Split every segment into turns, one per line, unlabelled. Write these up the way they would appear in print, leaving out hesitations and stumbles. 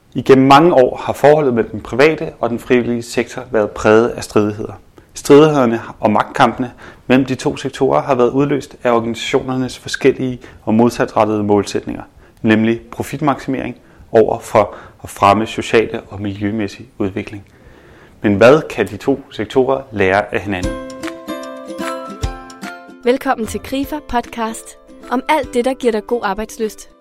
Igennem mange år har forholdet mellem den private og den frivillige sektor været præget af stridigheder. Stridighederne og magtkampene mellem de to sektorer har været udløst af organisationernes forskellige og modsatrettede målsætninger, nemlig profitmaksimering over for at fremme sociale og miljømæssig udvikling. Men hvad kan de to sektorer lære af hinanden?
Velkommen til Krifa podcast om alt det, der giver dig god arbejdslyst.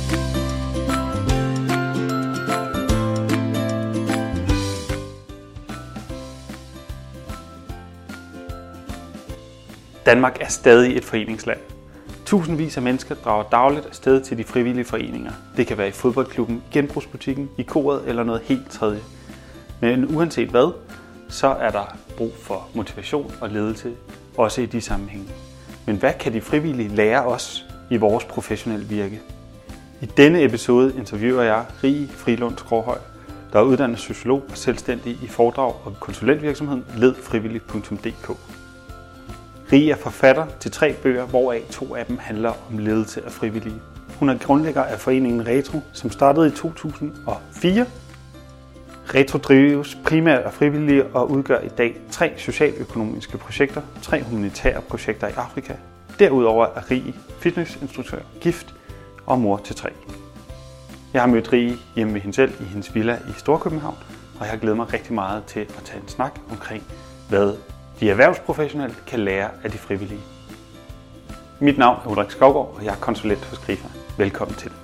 Danmark er stadig et foreningsland. Tusindvis af mennesker drager dagligt afsted til de frivillige foreninger. Det kan være i fodboldklubben, genbrugsbutikken, i koret eller noget helt tredje. Men uanset hvad, så er der brug for motivation og ledelse, også i de sammenhænge. Men hvad kan de frivillige lære os i vores professionelle virke? I denne episode interviewer jeg Rie Frilund Skråhøj, der er uddannet sociolog og selvstændig i foredrag og konsulentvirksomheden ledfrivillig.dk. Rie er forfatter til 3 bøger, hvoraf 2 af dem handler om ledelse af frivillige. Hun er grundlægger af foreningen Retro, som startede i 2004. Retro drives primært af frivillige og udgør i dag 3 socialøkonomiske projekter, 3 humanitære projekter i Afrika. Derudover er Rie fitnessinstruktør, gift og mor til 3. Jeg har mødt Rie hjemme ved hende selv i hendes villa i Storkøbenhavn, og jeg har glædet mig rigtig meget til at tage en snak omkring, hvad de erhvervsprofessionelle kan lære af de frivillige. Mit navn er Ulrik Skovgaard, og jeg er konsulent hos Krifa. Velkommen til.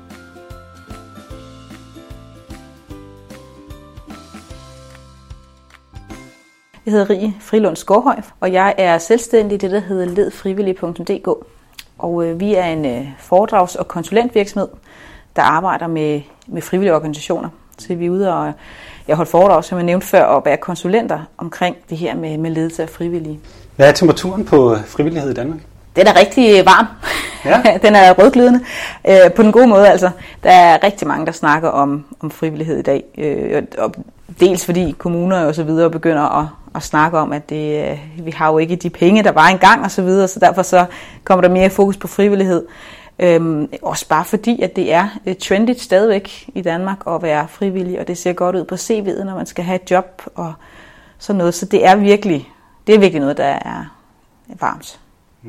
Jeg hedder Rie Frilund Skråhøj, og jeg er selvstændig i det, der hedder ledfrivillig.dk. Og vi er en foredrags- og konsulentvirksomhed, der arbejder med frivillige organisationer. Så vi er ude og jeg holdt foredrag, som jeg nævnte før, og er konsulenter omkring det her med ledelse af frivillige.
Hvad er temperaturen på frivillighed i Danmark?
Den er rigtig varm. Ja. Den er rødglødende. På den gode måde altså. Der er rigtig mange, der snakker om frivillighed i dag. Og dels fordi kommuner og så videre begynder at snakke om, at vi har jo ikke de penge, der var engang og så videre. Så derfor så kommer der mere fokus på frivillighed. Også bare fordi, at det er trendigt stadigvæk i Danmark at være frivillig, og det ser godt ud på CV'et, når man skal have et job og sådan noget. Så det er virkelig noget, der er varmt.
Mm.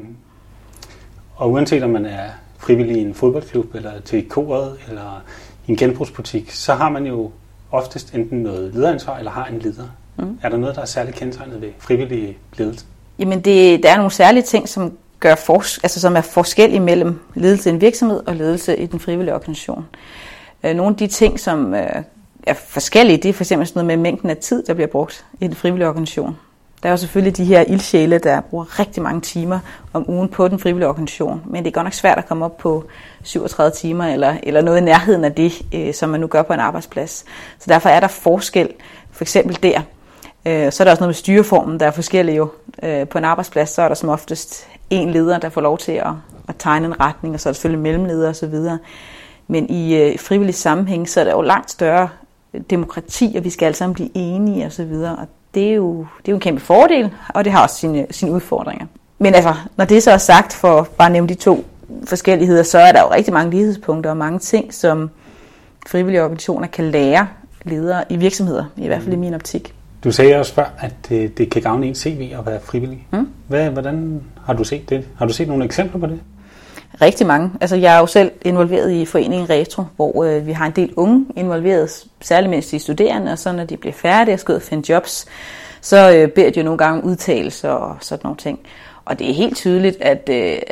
Og uanset om man er frivillig i en fodboldklub, eller til koret, eller i en genbrugsbutik, så har man jo oftest enten noget lederansvar, eller har en leder. Mm. Er der noget, der er særligt kendetegnet ved frivillig ledelse? Jamen,
der er nogle særlige ting, som som er forskellige mellem ledelse i en virksomhed og ledelse i den frivillige organisation. Nogle af de ting, som er forskellige, det er for eksempel sådan noget med mængden af tid, der bliver brugt i den frivillige organisation. Der er jo selvfølgelig de her ildsjæle, der bruger rigtig mange timer om ugen på den frivillige organisation, men det er godt nok svært at komme op på 37 timer eller noget i nærheden af det, som man nu gør på en arbejdsplads. Så derfor er der forskel, for eksempel der. Så er der også noget med styreformen, der er forskellige jo. På en arbejdsplads, så er der som oftest en leder, der får lov til at tegne en retning, og så er der selvfølgelig mellemledere osv. Men i frivillig sammenhæng, så er der jo langt større demokrati, og vi skal alle sammen blive enige osv. Og det er jo en kæmpe fordel, og det har også sine udfordringer. Men altså, når det så er sagt, for bare at nævne de 2 forskelligheder, så er der jo rigtig mange lighedspunkter og mange ting, som frivillige organisationer kan lære ledere i virksomheder, i hvert fald i min optik.
Du sagde også før, at det kan gavne en CV at være frivillig. Mm. Hvordan har du set det? Har du set nogle eksempler på det?
Rigtig mange. Altså, jeg er jo selv involveret i foreningen Retro, hvor vi har en del unge involveret, særligt mens de er studerende, og så når de bliver færdige og skal ud og finde jobs, så beder de jo nogle gange udtalelser og sådan nogle ting. Og det er helt tydeligt, at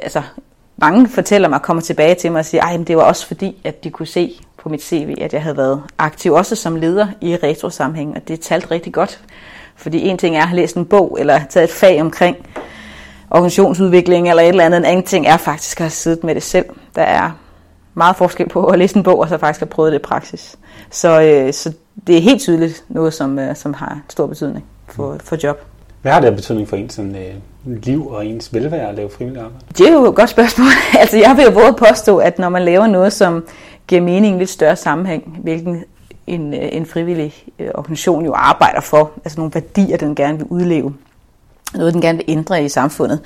mange fortæller mig, kommer tilbage til mig og siger, at det var også fordi, at de kunne se på mit CV, at jeg havde været aktiv også som leder i retro-sammenhæng, og det talte rigtig godt. Fordi en ting er at have læst en bog, eller taget et fag omkring organisationsudvikling, eller et eller andet. En anden ting er faktisk at have siddet med det selv. Der er meget forskel på at læse en bog, og så faktisk have prøvet det i praksis. Så det er helt tydeligt noget, som har stor betydning for job.
Hvad har det af betydning for ens liv og ens velvære at lave frivillig arbejde?
Det er jo et godt spørgsmål. Altså, jeg vil jo både påstå, at når man laver noget, som giver mening i en lidt større sammenhæng, hvilken en frivillig organisation jo arbejder for, altså nogle værdier, den gerne vil udleve, noget, den gerne vil ændre i samfundet,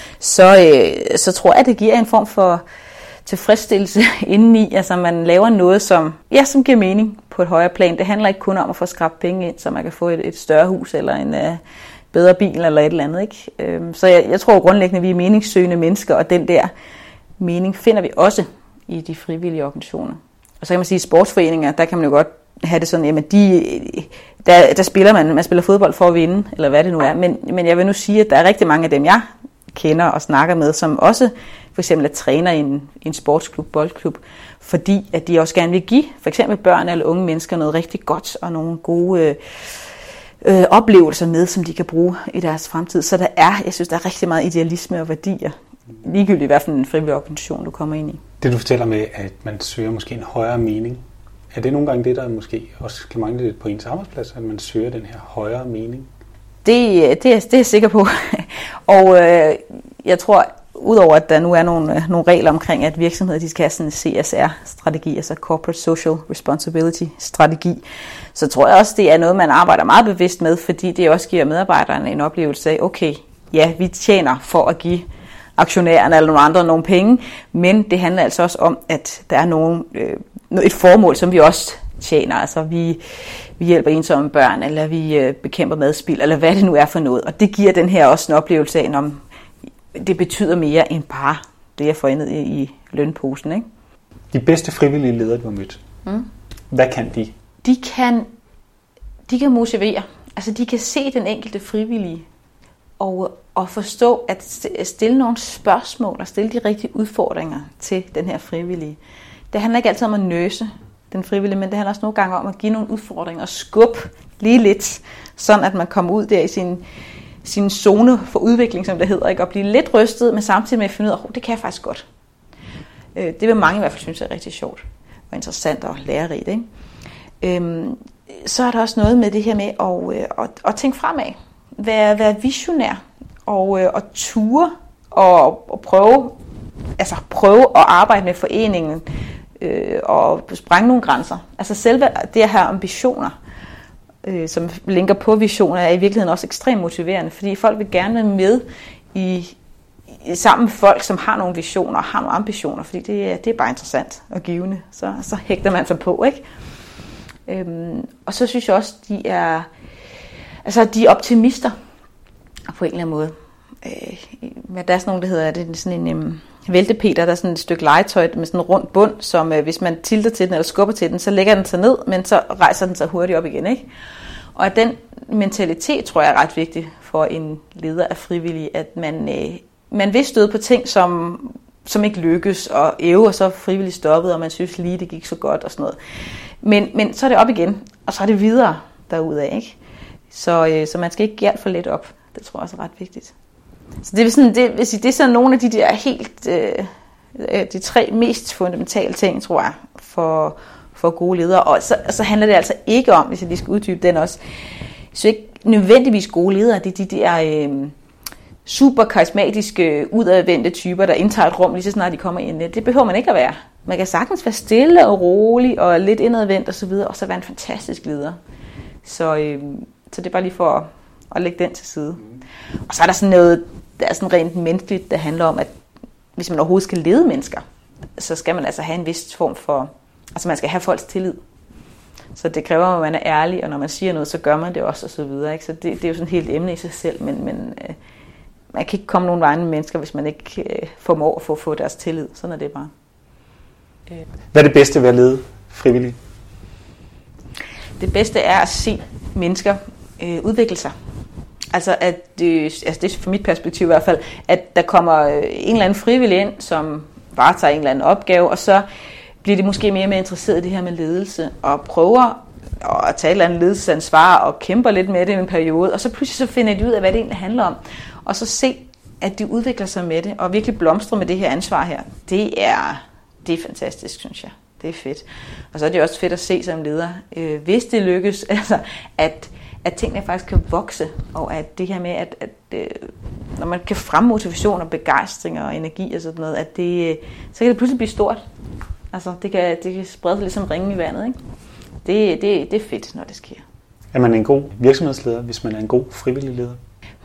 så tror jeg, at det giver en form for tilfredsstillelse indeni. Altså, man laver noget, som giver mening på et højere plan. Det handler ikke kun om at få skrabt penge ind, så man kan få et større hus eller en bedre bil eller et eller andet. Ikke? Så jeg tror grundlæggende, at vi er meningssøgende mennesker, og den der mening finder vi også i de frivillige organisationer. Og så kan man sige, at sportsforeninger, der kan man jo godt have det sådan, jamen der spiller man spiller fodbold for at vinde, eller hvad det nu er. Men jeg vil nu sige, at der er rigtig mange af dem, jeg kender og snakker med, som også for eksempel er træner i en sportsklub, boldklub, fordi at de også gerne vil give for eksempel børn eller unge mennesker noget rigtig godt og nogle gode oplevelser med, som de kan bruge i deres fremtid. Så jeg synes, der er rigtig meget idealisme og værdier, ligegyldigt i hvert fald en frivillig organisation, du kommer ind i.
Det du fortæller med, at man søger måske en højere mening, er det nogle gange det, der måske også kan mangle lidt på ens arbejdsplads, at man søger den her højere mening?
Det er jeg sikker på. Og jeg tror, udover at der nu er nogle regler omkring, at virksomheder de skal have sådan en CSR-strategi, altså Corporate Social Responsibility-strategi, så tror jeg også, det er noget, man arbejder meget bevidst med, fordi det også giver medarbejderne en oplevelse af, okay, ja, vi tjener for at give aktionærerne eller nogle andre nogle penge, men det handler altså også om, at der er et formål, som vi også tjener. Altså vi hjælper ensomme børn, eller vi bekæmper madspild, eller hvad det nu er for noget. Og det giver den her også en oplevelse af, om det betyder mere end bare det, jeg får ind i lønposen. Ikke?
De bedste frivillige ledere, du har mødt, hvad kan de?
De kan motivere. Altså de kan se den enkelte frivillige og forstå at stille nogle spørgsmål og stille de rigtige udfordringer til den her frivillige. Det handler ikke altid om at nøse den frivillige, men det handler også nogle gange om at give nogle udfordringer og skubbe lige lidt, sådan at man kommer ud der i sin zone for udvikling, som det hedder, ikke? Og blive lidt rystet, men samtidig med at finde ud af, det kan jeg faktisk godt. Det vil mange i hvert fald synes er rigtig sjovt og interessant og lærerigt. Ikke? Så er der også noget med det her med at tænke fremad. Være visionær og ture og prøve at arbejde med foreningen og sprænge nogle grænser. Altså selve det her ambitioner, som linker på visioner, er i virkeligheden også ekstremt motiverende, fordi folk vil gerne være med sammen med folk, som har nogle visioner og har nogle ambitioner, fordi det er bare interessant og givende. Så hægter man sig på, ikke? Og så synes jeg også, de er optimister på en eller anden måde. Der er sådan nogle, der hedder, det er sådan en væltepeter, der er sådan et stykke legetøj med sådan en rund bund, som hvis man tilter til den eller skubber til den, så lægger den sig ned, men så rejser den sig hurtigt op igen. Ikke? Og den mentalitet, tror jeg, er ret vigtig for en leder af frivillige, at man vil støde på ting, som ikke lykkes, og æve, og så frivilligt stoppet, og man synes lige, det gik så godt og sådan noget. Men så er det op igen, og så er det videre derudad, ikke? Så man skal ikke give alt for let op. Det tror jeg også er ret vigtigt. Så det er sådan nogle af de der helt de 3 mest fundamentale ting, tror jeg, for gode ledere. Og så handler det altså ikke om, hvis jeg lige skal uddybe den også, så ikke nødvendigvis gode ledere, det er de der super karismatiske, udadvendte typer, der indtager et rum lige så snart de kommer ind. Det behøver man ikke at være. Man kan sagtens være stille og rolig og lidt indadvendt og så videre, og så være en fantastisk leder. Så det er bare lige for at lægge den til side. Og så er der sådan noget, der er sådan rent menneskeligt, der handler om, at hvis man overhovedet skal lede mennesker, så skal man altså have en vis form for, altså man skal have folks tillid. Så det kræver, at man er ærlig, og når man siger noget, så gør man det også, og så videre. Ikke? Så det er jo sådan et helt emne i sig selv, men man kan ikke komme nogen vegne med mennesker, hvis man ikke formår at få deres tillid. Sådan er det bare.
Hvad er det bedste ved at lede frivillige?
Det bedste er at se mennesker udvikle sig. Altså det er fra mit perspektiv i hvert fald, at der kommer en eller anden frivillig ind, som varetager en eller anden opgave, og så bliver de måske mere interesseret i det her med ledelse, og prøver at tage et eller andet ledelsesansvar, og kæmper lidt med det i en periode, og så pludselig så finder de ud af, hvad det egentlig handler om, og så se, at de udvikler sig med det, og virkelig blomstrer med det her ansvar her. Det er fantastisk, synes jeg. Det er fedt. Og så er det også fedt at se som leder, hvis det lykkes, altså at tingene faktisk kan vokse, og at det her med, at når man kan fremme motivation og begejstring og energi og sådan noget, at så kan det pludselig blive stort. Altså det kan sprede sig ligesom ringen i vandet, ikke? Det er fedt, når det sker.
Er man en god virksomhedsleder, hvis man er en god frivillig leder?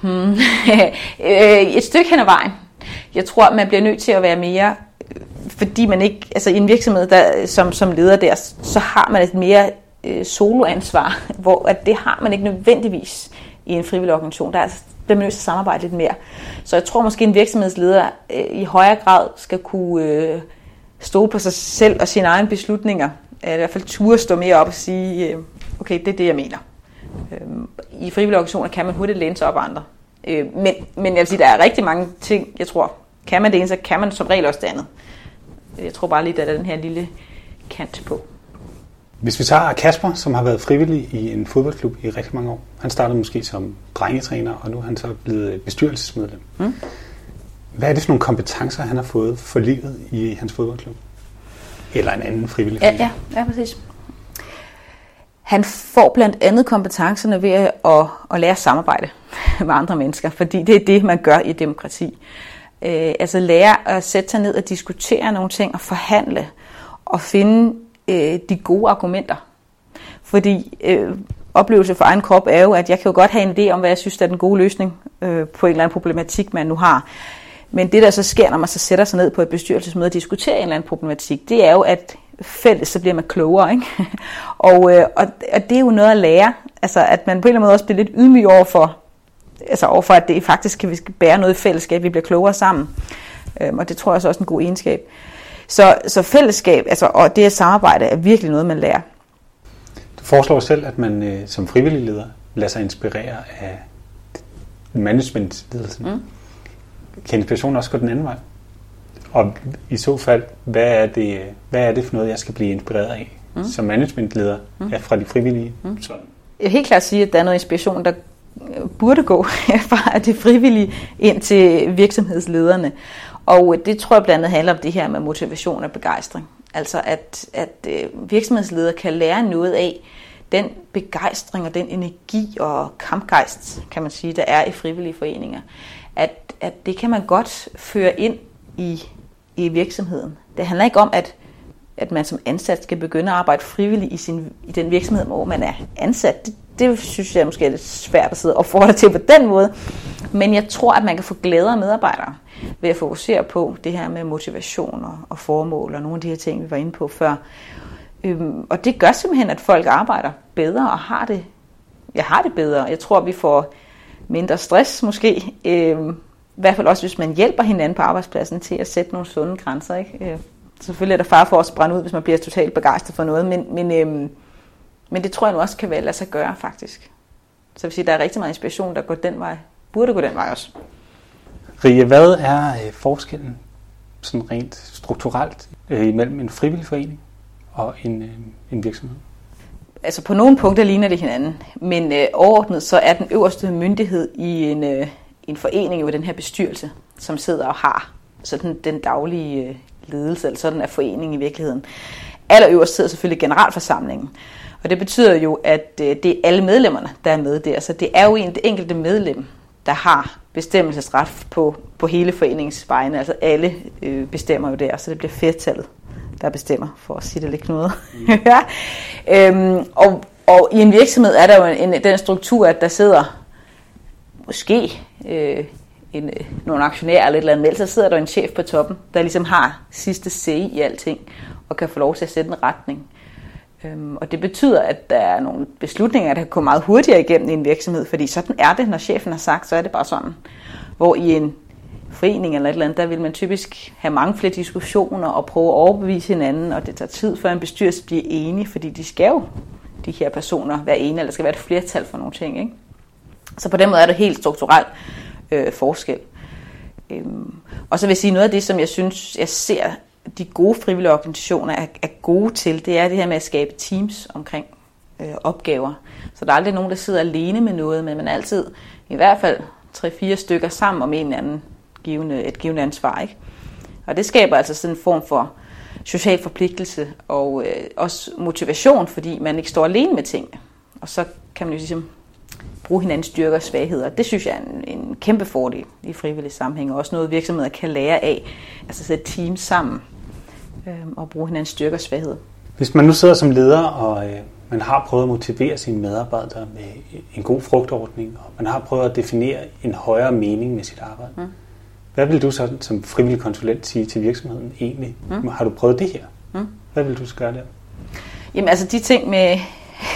Et stykke hen ad vejen. Jeg tror, man bliver nødt til at være mere, fordi man ikke, altså i en virksomhed, der, som leder der, så har man et mere soloansvar, hvor at det har man ikke nødvendigvis i en frivillig organisation. Der bliver man nødt til at samarbejde lidt mere. Så jeg tror måske, en virksomhedsleder i højere grad skal kunne stole på sig selv og sine egne beslutninger. I hvert fald turde stå mere op og sige, okay, det er det, jeg mener. I frivillige organisationer kan man hurtigt læne sig op af andre. Men jeg vil sige, der er rigtig mange ting, jeg tror, kan man det ene, så kan man som regel også det andet. Jeg tror bare lige, der er den her lille kant på.
Hvis vi tager Kasper, som har været frivillig i en fodboldklub i rigtig mange år. Han startede måske som drengetræner, og nu er han så blevet bestyrelsesmedlem. Hvad er det for nogle kompetencer, han har fået for livet i hans fodboldklub? Eller en anden frivillig klub?
Ja, præcis. Han får blandt andet kompetencerne ved at lære at samarbejde med andre mennesker, fordi det er det, man gør i demokrati. Altså lære at sætte sig ned og diskutere nogle ting og forhandle og finde de gode argumenter. Fordi oplevelse for egen krop er jo, at jeg kan jo godt have en idé om, hvad jeg synes er den gode løsning på en eller anden problematik, man nu har. Men det, der så sker, når man så sætter sig ned på et bestyrelsesmøde og diskuterer en eller anden problematik, det er jo, at fælles, så bliver man klogere, ikke? Og det er jo noget at lære. Altså, at man på en eller anden måde også bliver lidt ydmyg overfor, at det faktisk kan vi bære noget i fællesskab, vi bliver klogere sammen. Og det tror jeg så også er en god egenskab. Så fællesskab, og det at samarbejde, er virkelig noget, man lærer.
Du foreslår selv, at man som frivillig leder lader sig inspirere af managementledelsen. Kan inspirationen også gå den anden vej? Og i så fald, hvad er det for noget, jeg skal blive inspireret af som managementleder fra de frivillige?
Jeg vil helt klart sige, at der er noget inspiration, der burde gå fra de frivillige ind til virksomhedslederne. Og det tror jeg blandt andet handler om det her med motivation og begejstring. Altså at virksomhedsledere kan lære noget af den begejstring og den energi og kampgejst, kan man sige, der er i frivillige foreninger. At det kan man godt føre ind i virksomheden. Det handler ikke om, at man som ansat skal begynde at arbejde frivilligt i den virksomhed, hvor man er ansat. Det synes jeg måske er lidt svært at sidde og opfordre til på den måde. Men jeg tror, at man kan få glæde af medarbejdere ved at fokusere på det her med motivation og formål og nogle af de her ting, vi var inde på før. Og det gør simpelthen, at folk arbejder bedre og har det bedre. Jeg tror, vi får mindre stress måske. I hvert fald også, hvis man hjælper hinanden på arbejdspladsen til at sætte nogle sunde grænser. Ikke? Selvfølgelig er der fare for os at brænde ud, hvis man bliver totalt begejstret for noget, men det tror jeg nu også kan lade sig gøre, faktisk. Så jeg vil sige, at der er rigtig meget inspiration, der går den vej. Burde gå den vej også.
Rie, hvad er forskellen sådan rent strukturelt imellem en frivillig forening og en virksomhed?
Altså på nogle punkter ligner det hinanden, men overordnet så er den øverste myndighed i en forening jo den her bestyrelse, som sidder og har sådan den daglige ledelse, eller sådan er foreningen i virkeligheden. Allerøverst sidder selvfølgelig generalforsamlingen, og det betyder jo, at det er alle medlemmerne, der er med der. Så det er jo det enkelte medlem, der har bestemmelsesret på hele foreningens vegne. Altså alle bestemmer jo der, så det bliver flertallet, der bestemmer, for at sige det lidt knudet. Og i en virksomhed er der jo den struktur, at der sidder måske nogle aktionærer eller et eller andet, men så sidder der en chef på toppen, der ligesom har sidste say i alting, og kan få lov til at sætte en retning. Og det betyder, at der er nogle beslutninger, der kan gå meget hurtigere igennem i en virksomhed, fordi sådan er det, når chefen har sagt, så er det bare sådan. Hvor i en forening eller et eller andet, der vil man typisk have mange flere diskussioner og prøve at overbevise hinanden, og det tager tid før en bestyrelse bliver enige, fordi de skal jo, de her personer, være enige, eller der skal være et flertal for nogle ting, ikke? Så på den måde er der helt strukturelt forskel. Og så vil jeg sige, noget af det, som jeg synes, jeg ser de gode frivillige organisationer er gode til, det er det her med at skabe teams omkring opgaver. Så der er aldrig nogen, der sidder alene med noget, men man er altid i hvert fald 3-4 stykker sammen om en eller anden et givende ansvar, ikke? Og det skaber altså sådan en form for social forpligtelse og også motivation, fordi man ikke står alene med tingene. Og så kan man jo ligesom bruge hinandens styrker og svagheder. Det synes jeg er en kæmpe fordel i frivillige sammenhæng, og også noget virksomheder kan lære af, altså sætte teams sammen og bruge hinandens styrker og svagheder.
Hvis man nu sidder som leder, og man har prøvet at motivere sine medarbejdere med en god frugtordning, og man har prøvet at definere en højere mening med sit arbejde, hvad vil du så som frivillig konsulent sige til virksomheden egentlig? Har du prøvet det her? Hvad vil du så gøre der?
Jamen altså de ting med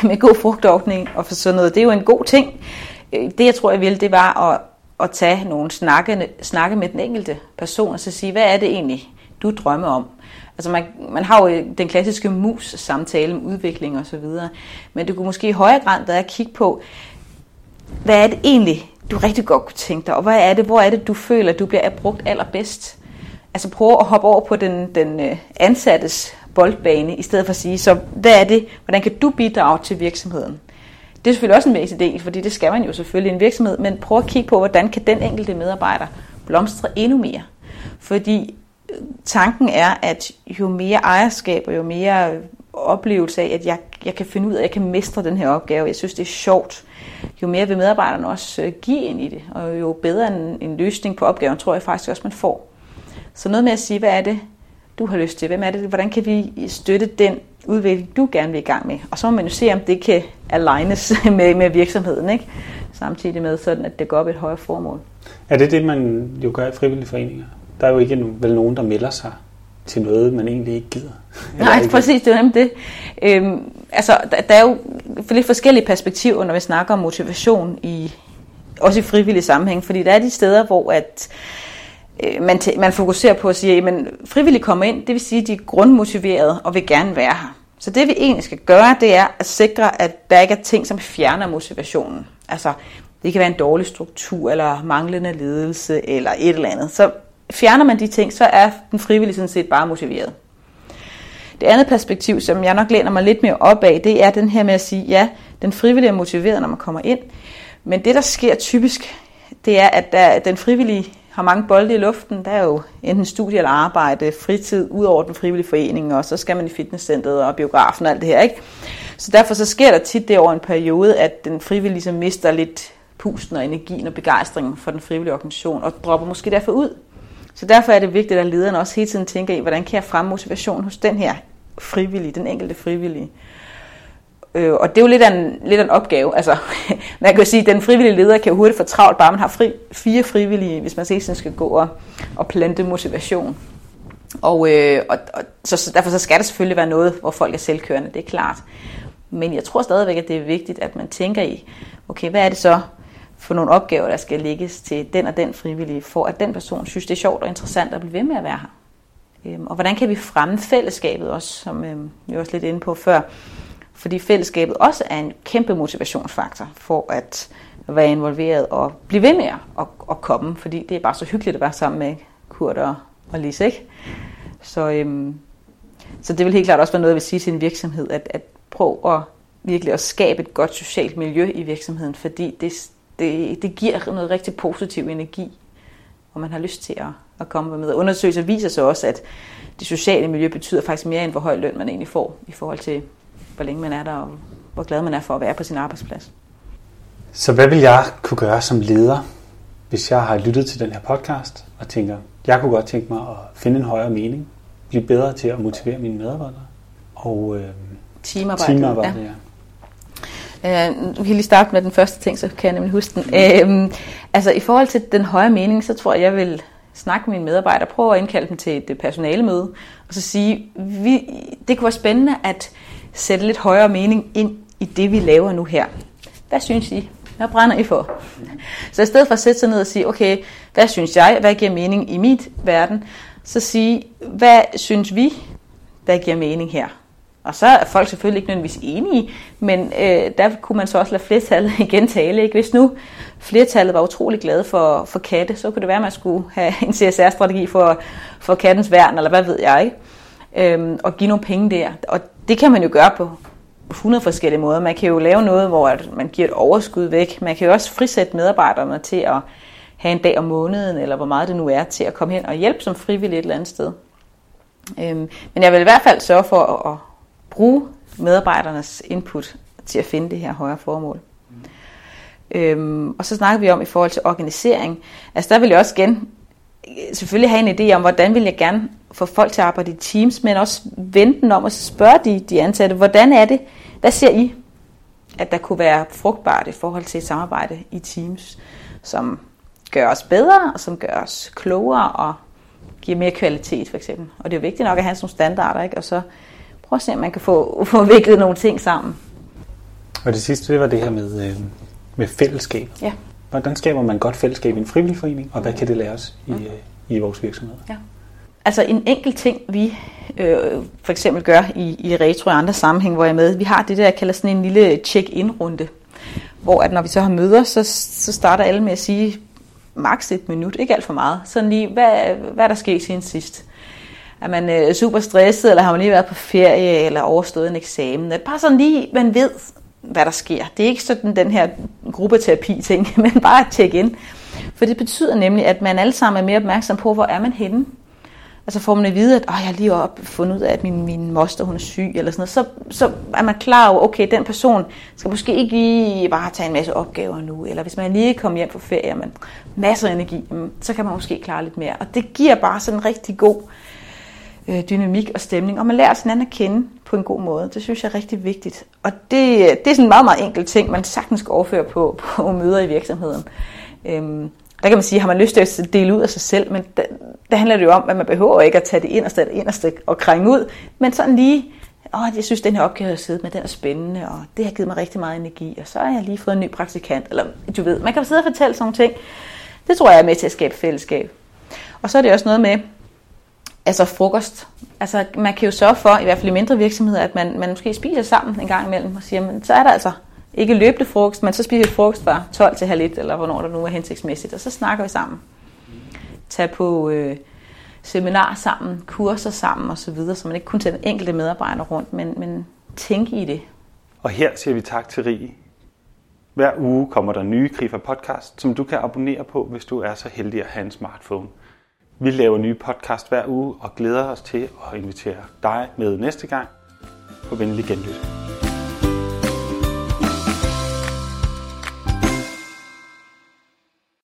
med god frugtordning og for sådan noget. Det er jo en god ting. Det jeg tror, jeg ville, det var at tage nogle snakke med den enkelte person og så sige, hvad er det egentlig, du drømmer om? Altså man har jo den klassiske mus-samtale om udvikling og så videre, men det kunne måske i højere grad være at kigge på, hvad er det egentlig, du rigtig godt kunne tænke dig, og hvor er det, du føler, du bliver brugt allerbedst? Altså prøve at hoppe over på den ansattes boldbane, i stedet for at sige, så hvad er det, hvordan kan du bidrage til virksomheden? Det er selvfølgelig også en væsentlig del, fordi det skal man jo selvfølgelig i en virksomhed, men prøv at kigge på, hvordan kan den enkelte medarbejder blomstre endnu mere? Fordi tanken er, at jo mere ejerskab og jo mere oplevelse af, at jeg kan finde ud af, at jeg kan mestre den her opgave, jeg synes, det er sjovt, jo mere vil medarbejderne også give ind i det, og jo bedre en løsning på opgaven, tror jeg faktisk også, man får. Så noget med at sige, hvad er det, du har lyst til? Hvem er det? Hvordan kan vi støtte den udvikling, du gerne vil i gang med? Og så må man jo se, om det kan alignes med virksomheden, ikke? Samtidig med sådan, at det går op et højere formål.
Er det, man jo gør i frivillige foreninger? Der er jo ikke vel nogen, der melder sig til noget, man egentlig ikke gider.
Nej, præcis, det er jo nemlig det. Altså, der er jo lidt forskellige perspektiver, når vi snakker om motivation, også i frivillige sammenhæng, fordi der er de steder, hvor at man fokuserer på at sige, at frivillige kommer ind, det vil sige, at de er grundmotiverede og vil gerne være her. Så det vi egentlig skal gøre, det er at sikre, at der ikke er ting, som fjerner motivationen. Altså, det kan være en dårlig struktur, eller manglende ledelse, eller et eller andet. Så fjerner man de ting, så er den frivillige sådan set bare motiveret. Det andet perspektiv, som jeg nok læner mig lidt mere op af, det er den her med at sige, ja, den frivillige er motiveret, når man kommer ind. Men det, der sker typisk, det er, at den frivillige har mange bolde i luften. Der er jo enten studie eller arbejde, fritid, ud over den frivillige forening, og så skal man i fitnesscenteret og biografen og alt det her, ikke? Så derfor så sker der tit det over en periode, at den frivillige ligesom mister lidt pusten og energien og begejstringen for den frivillige organisation, og dropper måske derfor ud. Så derfor er det vigtigt, at lederne også hele tiden tænker i, hvordan kan jeg fremme motivation hos den her frivillige, den enkelte frivillige. Og det er jo lidt af en opgave. Altså, man kan jo sige, at den frivillige leder kan jo hurtigt få travlt, bare man har 4 frivillige, hvis man hele tiden skal gå og plante motivation. Så derfor så skal det selvfølgelig være noget, hvor folk er selvkørende, det er klart. Men jeg tror stadigvæk, at det er vigtigt, at man tænker i, okay, hvad er det så for nogle opgaver, der skal lægges til den og den frivillige, for at den person synes, det er sjovt og interessant at blive ved med at være her. Og hvordan kan vi fremme fællesskabet også, som vi var også lidt inde på før, fordi fællesskabet også er en kæmpe motivationsfaktor for at være involveret og blive ved med at komme, fordi det er bare så hyggeligt at være sammen med Kurt og Lise, ikke? Så det vil helt klart også være noget, jeg vil sige til en virksomhed, at prøv at virkelig at skabe et godt socialt miljø i virksomheden, fordi det giver noget rigtig positiv energi, og man har lyst til at komme med. Undersøgelser viser så også, at det sociale miljø betyder faktisk mere, end hvor høj løn man egentlig får, i forhold til hvor længe man er der, og hvor glad man er for at være på sin arbejdsplads.
Så hvad vil jeg kunne gøre som leder, hvis jeg har lyttet til den her podcast, og tænker, jeg kunne godt tænke mig at finde en højere mening, blive bedre til at motivere mine medarbejdere, og teamarbejde, ja.
Vi kan lige starte med den første ting, så kan jeg nemlig huske den. Altså i forhold til den højere mening, så tror jeg vil snakke med mine medarbejdere, prøve at indkalde dem til et personalemøde, og så sige, det kunne være spændende at sætte lidt højere mening ind i det, vi laver nu her. Hvad synes I? Hvad brænder I for? Så i stedet for at sætte sig ned og sige, okay, hvad synes jeg? Hvad giver mening i mit verden? Så sige, hvad synes vi, der giver mening her? Og så er folk selvfølgelig ikke nødvendigvis enige, men der kunne man så også lade flertallet igen tale. Ikke? Hvis nu flertallet var utrolig glade for katte, så kunne det være, at man skulle have en CSR-strategi for kattens værn, eller hvad ved jeg, ikke? Og give nogle penge der. Og det kan man jo gøre på 100 forskellige måder. Man kan jo lave noget, hvor man giver et overskud væk. Man kan jo også frisætte medarbejderne til at have en dag om måneden, eller hvor meget det nu er, til at komme hen og hjælpe som frivillig et eller andet sted. Men jeg vil i hvert fald sørge for at bruge medarbejdernes input til at finde det her højere formål. Og så snakker vi om i forhold til organisering. Altså der vil jeg også igen selvfølgelig have en idé om, hvordan vil jeg gerne få folk til at arbejde i teams, men også vende den om og spørge de ansatte, hvordan er det, hvad ser I, at der kunne være frugtbart i forhold til et samarbejde i teams, som gør os bedre, og som gør os klogere, og giver mere kvalitet for eksempel. Og det er jo vigtigt nok at have sådan nogle standarder, ikke? Og så prøv at se, om man kan få viklet nogle ting sammen.
Og det sidste, det var det her med fællesskab.
Ja.
Hvordan skaber man godt fællesskab i en frivillig forening, og hvad kan det lære os i vores virksomhed?
Ja. Altså en enkelt ting, vi for eksempel gør i Retro og andre sammenhæng, hvor jeg er med, vi har det der, jeg kalder sådan en lille check-in-runde, hvor at når vi så har møder, så starter alle med at sige maks 1 minut, ikke alt for meget. Sådan lige, hvad der sker siden sidst? Er man super stresset, eller har man lige været på ferie, eller overstået en eksamen? Bare sådan lige, man ved, hvad der sker. Det er ikke sådan den her gruppeterapi-ting, men bare et check-in. For det betyder nemlig, at man alle sammen er mere opmærksom på, hvor er man henne. Altså får man at vide, at jeg har lige fundet ud af, at min moster hun er syg, eller sådan noget, så er man klar over, okay, den person skal måske ikke lige bare tage en masse opgaver nu, eller hvis man lige kommer hjem fra ferie, og masser af energi, så kan man måske klare lidt mere. Og det giver bare sådan en rigtig god dynamik og stemning, og man lærer sin anden at kende på en god måde. Det synes jeg er rigtig vigtigt. Og det er sådan en meget, meget enkelt ting, man sagtens skal overføre på møder i virksomheden. Der kan man sige, har man lyst til at dele ud af sig selv, men der handler det jo om, at man behøver ikke at tage det inderste og krænge ud, men sådan lige, jeg synes, den her opgave, jeg har siddet med, den er spændende, og det har givet mig rigtig meget energi, og så har jeg lige fået en ny praktikant, eller du ved, man kan sidde og fortælle sådan nogle ting. Det tror jeg er med til at skabe fællesskab. Og så er det også noget med, altså frokost. Altså man kan jo sørge for, i hvert fald i mindre virksomheder, at man måske spiser sammen en gang imellem, og siger, men så er der altså ikke løbende frokost, men så spiser vi frokost fra 12 til 12:30, eller hvornår der nu er hensigtsmæssigt, og så snakker vi sammen. Tag på seminar sammen, kurser sammen osv., så man ikke kun tager den enkelte medarbejder rundt, men tænke i det.
Og her siger vi tak til Rie. Hver uge kommer der nye Krifa podcast, som du kan abonnere på, hvis du er så heldig at have en smartphone. Vi laver nye podcast hver uge og glæder os til at invitere dig med næste gang. På venlig genlyt.